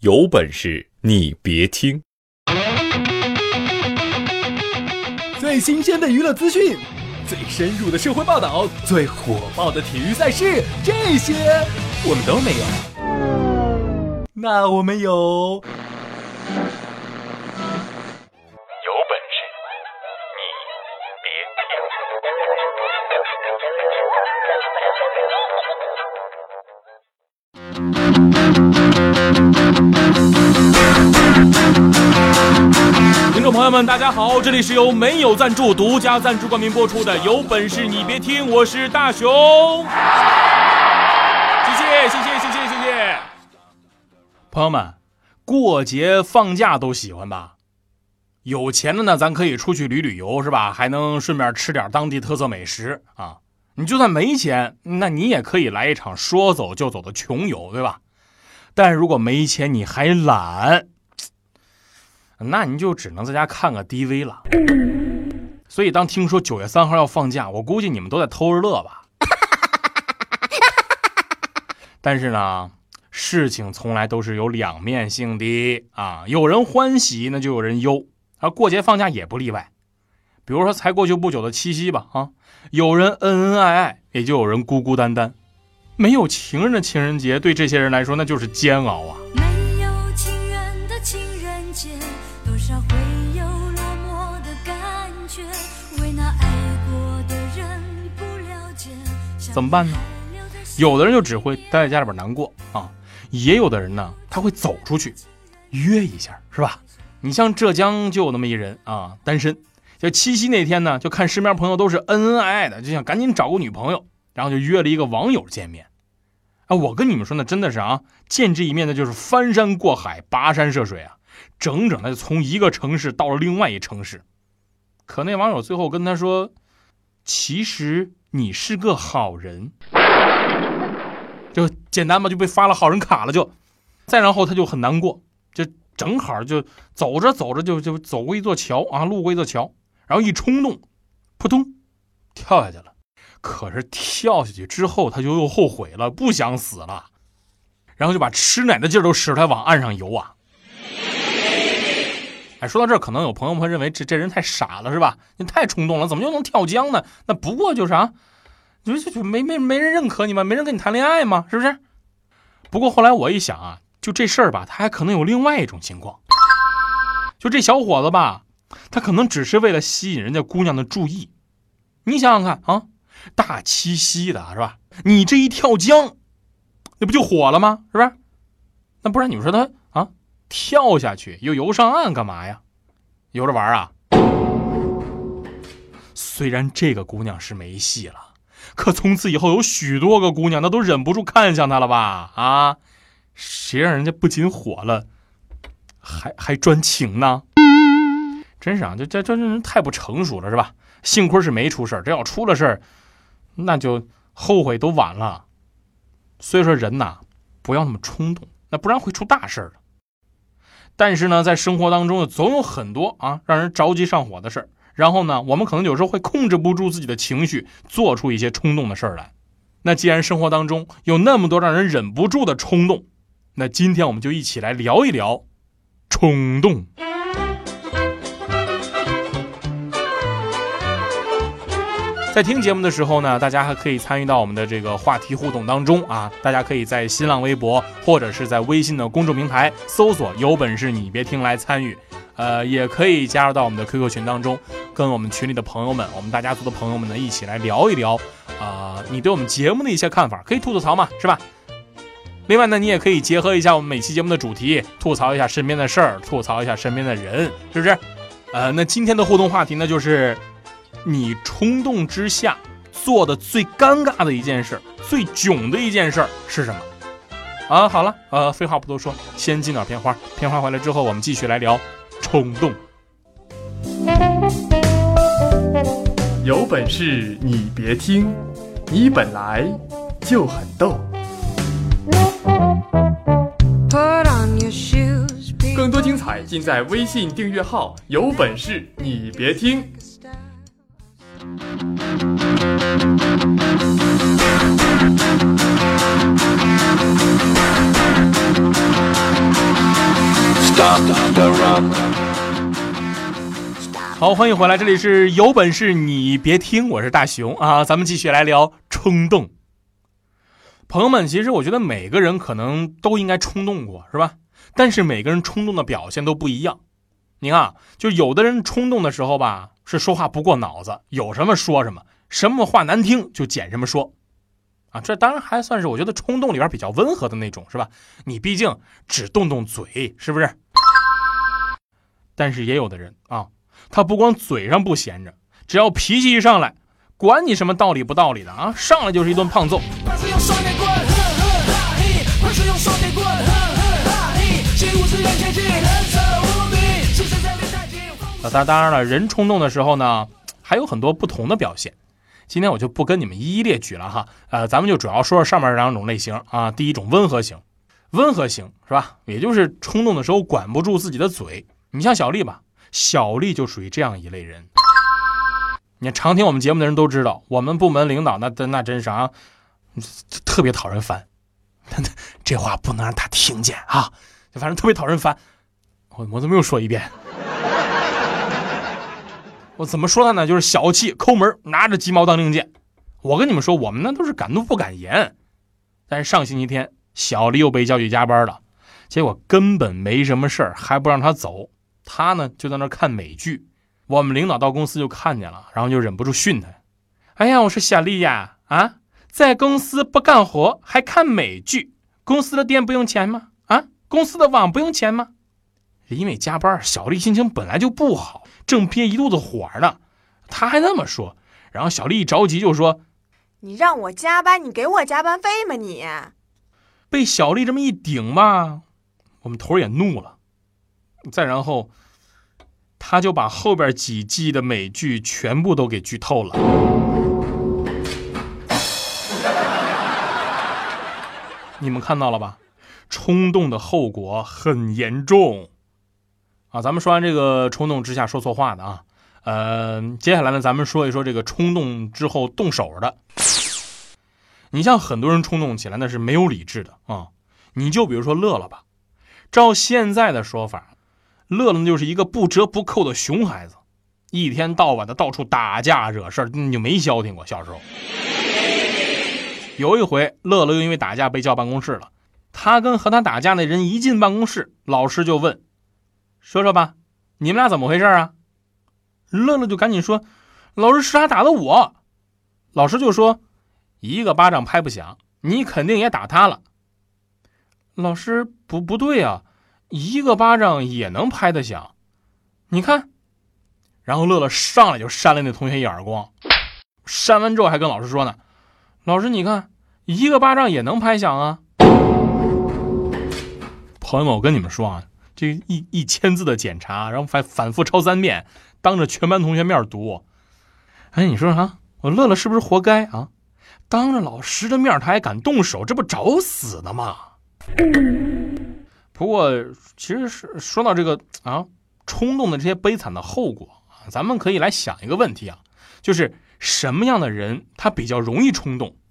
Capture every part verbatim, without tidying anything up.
有本事你别听。 最新鲜的娱乐资讯，最深入的社会报道，最火爆的体育赛事，这些我们都没有。那我们有。 有本事你别听众朋友们大家好，这里是由没有赞助独家赞助冠名播出的有本事你别听，我是大熊。谢谢谢谢谢谢谢谢。朋友们，过节放假都喜欢吧？有钱的呢咱可以出去旅旅游是吧，还能顺便吃点当地特色美食啊。你就算没钱，那你也可以来一场说走就走的穷游，对吧？但如果没钱你还懒，那你就只能在家看个 D V 了。所以当听说九月三号要放假，我估计你们都在偷着乐吧。但是呢，事情从来都是有两面性的啊，有人欢喜那就有人忧，而过节放假也不例外。比如说才过去不久的七夕吧，啊，有人恩恩爱爱，也就有人孤孤单单。没有情人的情人节，对这些人来说那就是煎熬啊。 没有情人的情人节，多少会有落寞的感觉，为那爱过的人不了解， 怎么办呢？有的人就只会待在家里边难过啊，也有的人呢，他会走出去约一下，是吧？你像浙江就有那么一人啊，单身，就七夕那天呢，就看身边朋友都是恩恩爱爱的，就想赶紧找个女朋友，然后就约了一个网友见面。啊，我跟你们说呢，真的是啊，见这一面的就是翻山过海，跋山涉水啊，整整的就从一个城市到了另外一城市。可那网友最后跟他说，其实你是个好人，就简单吧，就被发了好人卡了就。再然后他就很难过，就正好就走着走着就就走过一座桥啊，路过一座桥，然后一冲动，扑通跳下去了。可是跳下去之后他就又后悔了，不想死了，然后就把吃奶的劲儿都使出来往岸上游啊。哎，说到这儿，可能有朋友们会认为这这人太傻了是吧？你太冲动了，怎么就能跳江呢？那不过就是啊，就就就没没没人认可你吗？没人跟你谈恋爱吗？是不是？不过后来我一想啊，就这事儿吧，他还可能有另外一种情况，就这小伙子吧，他可能只是为了吸引人家姑娘的注意。你想想看啊，大七夕的是吧？你这一跳江，那不就火了吗？是不是？那不然你说他啊，跳下去又游上岸干嘛呀？游着玩啊？虽然这个姑娘是没戏了，可从此以后有许多个姑娘那都忍不住看向他了吧？啊，谁让人家不仅火了，还还专情呢？真是啊，这这这人太不成熟了是吧？幸亏是没出事，这要出了事，那就后悔都晚了。所以说人呐，不要那么冲动，那不然会出大事的。但是呢，在生活当中总有很多啊让人着急上火的事儿，然后呢，我们可能有时候会控制不住自己的情绪，做出一些冲动的事儿来。那既然生活当中有那么多让人忍不住的冲动，那今天我们就一起来聊一聊冲动。在听节目的时候呢，大家还可以参与到我们的这个话题互动当中啊！大家可以在新浪微博或者是在微信的公众平台搜索"有本事你别听"来参与，呃，也可以加入到我们的 Q Q 群当中，跟我们群里的朋友们，我们大家族的朋友们呢一起来聊一聊啊、呃，你对我们节目的一些看法，可以吐吐槽嘛，是吧？另外呢，你也可以结合一下我们每期节目的主题，吐槽一下身边的事儿，吐槽一下身边的人，是不是？呃，那今天的互动话题呢，就是你冲动之下做的最尴尬的一件事，最囧的一件事是什么？啊，好了，呃，废话不多说，先进点片花，片花回来之后，我们继续来聊冲动。 有本事你别听，你本来就很逗。更多精彩尽在微信订阅号“有本事你别听”。 好，欢迎回来，这里是有本事你别听，我是大熊啊，咱们继续来聊冲动。朋友们，其实我觉得每个人可能都应该冲动过，是吧？但是每个人冲动的表现都不一样。你看啊，就有的人冲动的时候吧，是说话不过脑子，有什么说什么，什么话难听就捡什么说啊，这当然还算是我觉得冲动里边比较温和的那种，是吧？你毕竟只动动嘴，是不是？但是也有的人啊，他不光嘴上不闲着，只要脾气一上来，管你什么道理不道理的啊，上来就是一顿胖揍。啊，当当然了，人冲动的时候呢，还有很多不同的表现。今天我就不跟你们一一列举了哈，呃，咱们就主要说说上面两种类型啊。第一种温和型，温和型是吧？也就是冲动的时候管不住自己的嘴。你像小丽吧，小丽就属于这样一类人。你看常听我们节目的人都知道，我们部门领导那那真是啊，特别讨人烦。这话不能让他听见啊，反正特别讨人烦。我我怎么又说一遍？我怎么说他呢？就是小气、抠门，拿着鸡毛当令箭。我跟你们说，我们那都是敢怒不敢言。但是上星期天，小丽又被叫去加班了，结果根本没什么事儿，还不让他走。他呢就在那看美剧。我们领导到公司就看见了，然后就忍不住训他：“哎呀，我说小丽呀，啊，在公司不干活还看美剧，公司的电不用钱吗？啊，公司的网不用钱吗？”因为加班，小丽心情本来就不好，正憋一肚子火呢，他还那么说，然后小丽一着急就说：“ 你让我加班，你给我加班费吗你？” 被小丽这么一顶吧，我们头也怒了。再然后，他就把后边几季的美剧全部都给剧透了。你们看到了吧？冲动的后果很严重。啊，咱们说完这个冲动之下说错话的啊，呃，接下来呢，咱们说一说这个冲动之后动手的。你像很多人冲动起来那是没有理智的啊，你就比如说乐乐吧，照现在的说法，乐乐就是一个不折不扣的熊孩子，一天到晚的到处打架惹事儿，你就没消停过。小时候有一回，乐乐又因为打架被叫办公室了，他跟和他打架那人一进办公室，老师就问：“说说吧，你们俩怎么回事啊？”乐乐就赶紧说：“老师是他打的我。”老师就说：“一个巴掌拍不响，你肯定也打他了。”老师不不对啊，一个巴掌也能拍得响，你看。然后乐乐上来就扇了那同学一耳光，扇完之后还跟老师说呢：“老师你看，一个巴掌也能拍响啊。”朋友们，我跟你们说啊，这一一千字的检查，然后反反复抄三遍，当着全班同学面读。哎，你说啊，我乐乐是不是活该啊？当着老师的面他还敢动手，这不找死呢吗？不过其实是说到这个啊冲动的这些悲惨的后果啊，咱们可以来想一个问题啊，就是什么样的人他比较容易冲动？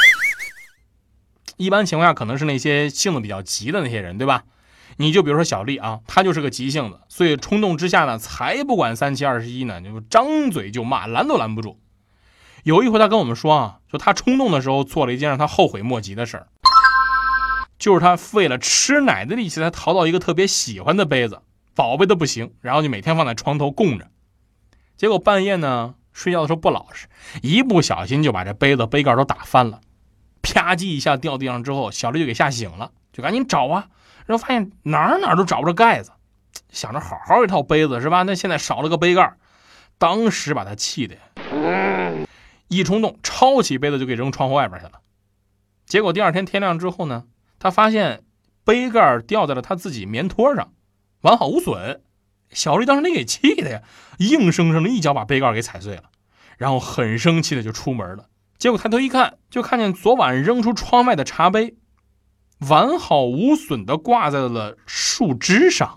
一般情况下可能是那些性子比较急的那些人，对吧？你就比如说小丽啊，她就是个急性子，所以冲动之下呢，才不管三七二十一呢，就张嘴就骂，拦都拦不住。有一回他跟我们说啊，说他冲动的时候做了一件让他后悔莫及的事儿，就是他费了吃奶的力气才淘到一个特别喜欢的杯子，宝贝的不行，然后就每天放在床头供着。结果半夜呢，睡觉的时候不老实，一不小心就把这杯子杯盖都打翻了，啪叽一下掉地上之后，小丽就给吓醒了，就赶紧找啊，然后发现哪儿哪儿都找不着盖子，想着好好一套杯子是吧？那现在少了个杯盖，当时把他气的，一冲动抄起杯子就给扔窗户外边去了。结果第二天天亮之后呢，他发现杯盖掉在了他自己棉托上，完好无损。小丽当时那给气的呀，硬生生的一脚把杯盖给踩碎了，然后很生气的就出门了。结果抬头一看，就看见昨晚扔出窗外的茶杯完好无损的挂在了树枝上。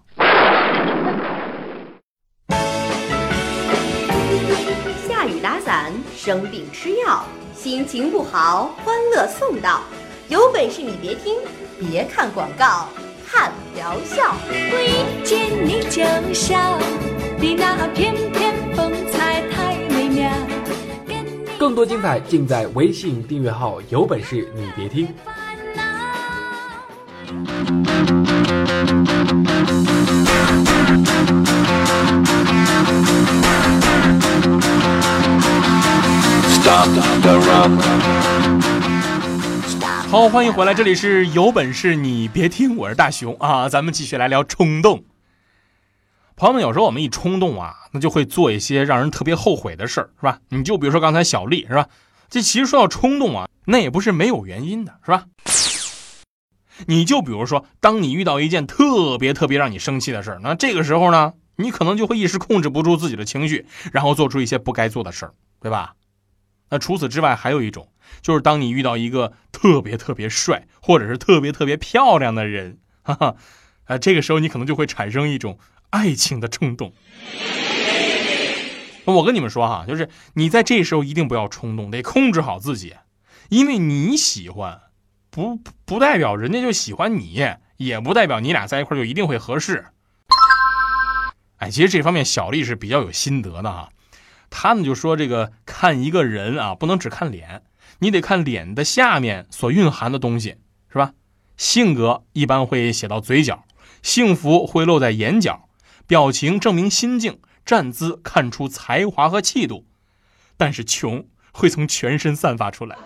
下雨打伞，生病吃药，心情不好欢乐送到，有本事你别听，别看广告， 汉聊笑。 我一见你就笑，你那翩翩风采太美妙。 更多精彩尽在微信订阅号，有本事你别听。 好，欢迎回来，这里是有本事你别听，我是大熊啊，咱们继续来聊冲动。朋友们，有时候我们一冲动啊，那就会做一些让人特别后悔的事儿，是吧？你就比如说刚才小丽，是吧？这其实说到冲动啊，那也不是没有原因的，是吧？你就比如说，当你遇到一件特别特别让你生气的事儿，那这个时候呢，你可能就会一时控制不住自己的情绪，然后做出一些不该做的事儿，对吧？那除此之外，还有一种，就是当你遇到一个特别特别帅，或者是特别特别漂亮的人，哈哈，啊，这个时候你可能就会产生一种爱情的冲动。我跟你们说哈，就是你在这时候一定不要冲动，得控制好自己，因为你喜欢，不不代表人家就喜欢你，也不代表你俩在一块就一定会合适。哎，其实这方面小丽是比较有心得的哈。他们就说这个看一个人啊，不能只看脸，你得看脸的下面所蕴含的东西，是吧？性格一般会写到嘴角，幸福会露在眼角，表情证明心境，站姿看出才华和气度，但是穷会从全身散发出来。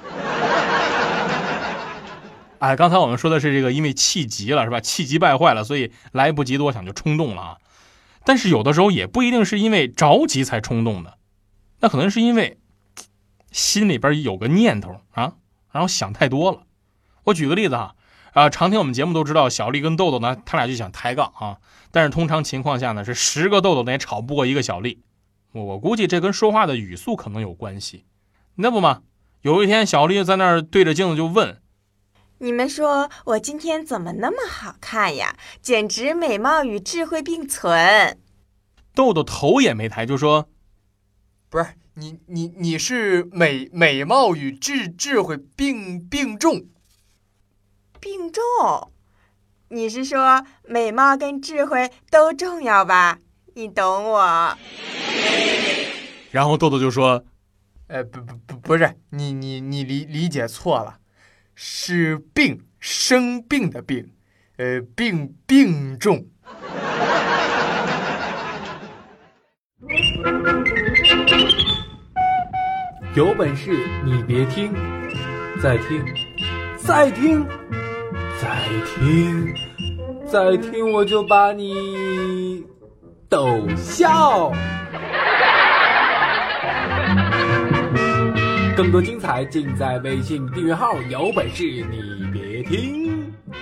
哎，刚才我们说的是这个，因为气急了，是吧？气急败坏了，所以来不及多想就冲动了啊。但是有的时候也不一定是因为着急才冲动的。那可能是因为心里边有个念头啊，然后想太多了。我举个例子啊，啊，常听我们节目都知道，小丽跟豆豆呢，他俩就想抬杠啊，但是通常情况下呢，是十个豆豆呢也吵不过一个小丽。我我估计这跟说话的语速可能有关系。那不嘛，有一天小丽在那儿对着镜子就问：“ 你们说我今天怎么那么好看呀？简直美貌与智慧并存。” 豆豆头也没抬就说：“ 不是你，你你是美美貌与智智慧并并重， 并重？你是说美貌跟智慧都重要吧？你懂我。” 然后豆豆就说：“ 呃，不不不，不是你你你理理解错了，是病，生病的病，呃，病病重。” 有本事你别听，再听，再听，再听，再听，我就把你逗笑。更多精彩尽在微信订阅号，有本事你别听。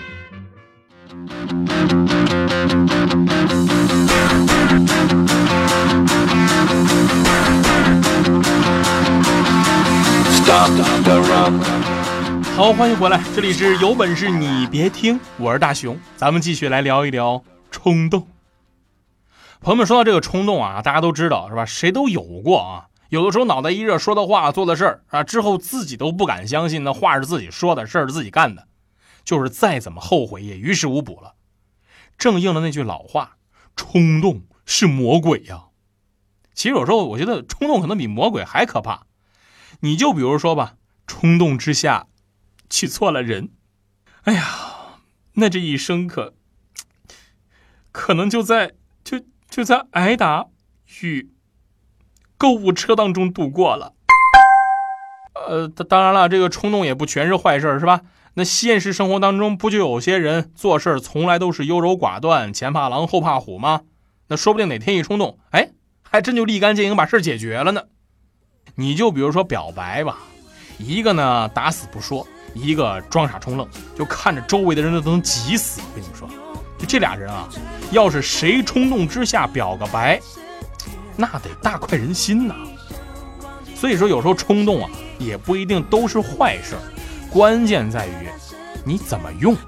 好，欢迎回来，这里是有本事你别听，我是大熊，咱们继续来聊一聊冲动。朋友们，说到这个冲动啊，大家都知道是吧？谁都有过啊。有的时候脑袋一热，说的话做的事儿啊，之后自己都不敢相信那话是自己说的，事儿是自己干的，就是再怎么后悔也于事无补了。正应了那句老话，冲动是魔鬼呀。其实有时候我觉得冲动可能比魔鬼还可怕。你就比如说吧，冲动之下娶错了人，哎呀，那这一生可可能就在就就在挨打与购物车当中度过了。呃，当然了，这个冲动也不全是坏事，是吧？那现实生活当中不就有些人做事从来都是优柔寡断，前怕狼后怕虎吗？那说不定哪天一冲动，哎，还真就立竿见影把事解决了呢。你就比如说表白吧，一个呢打死不说，一个装傻充愣，就看着周围的人都能急死。我跟你们说，就这俩人啊，要是谁冲动之下表个白，那得大快人心呐。所以说有时候冲动啊也不一定都是坏事，关键在于你怎么用。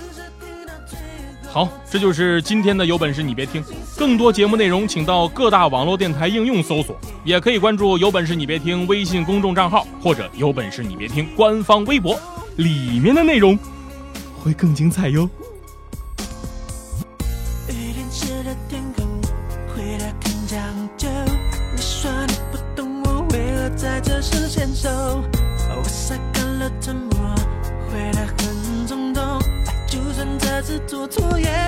好，这就是今天的有本事你别听，更多节目内容请到各大网络电台应用搜索，也可以关注有本事你别听微信公众账号或者有本事你别听官方微博，里面的内容会更精彩哟。 的天空，回来更讲究。你说你不懂我为何在这时牵手，我晒干了沉默，回来很冲动。爱就算这次做错也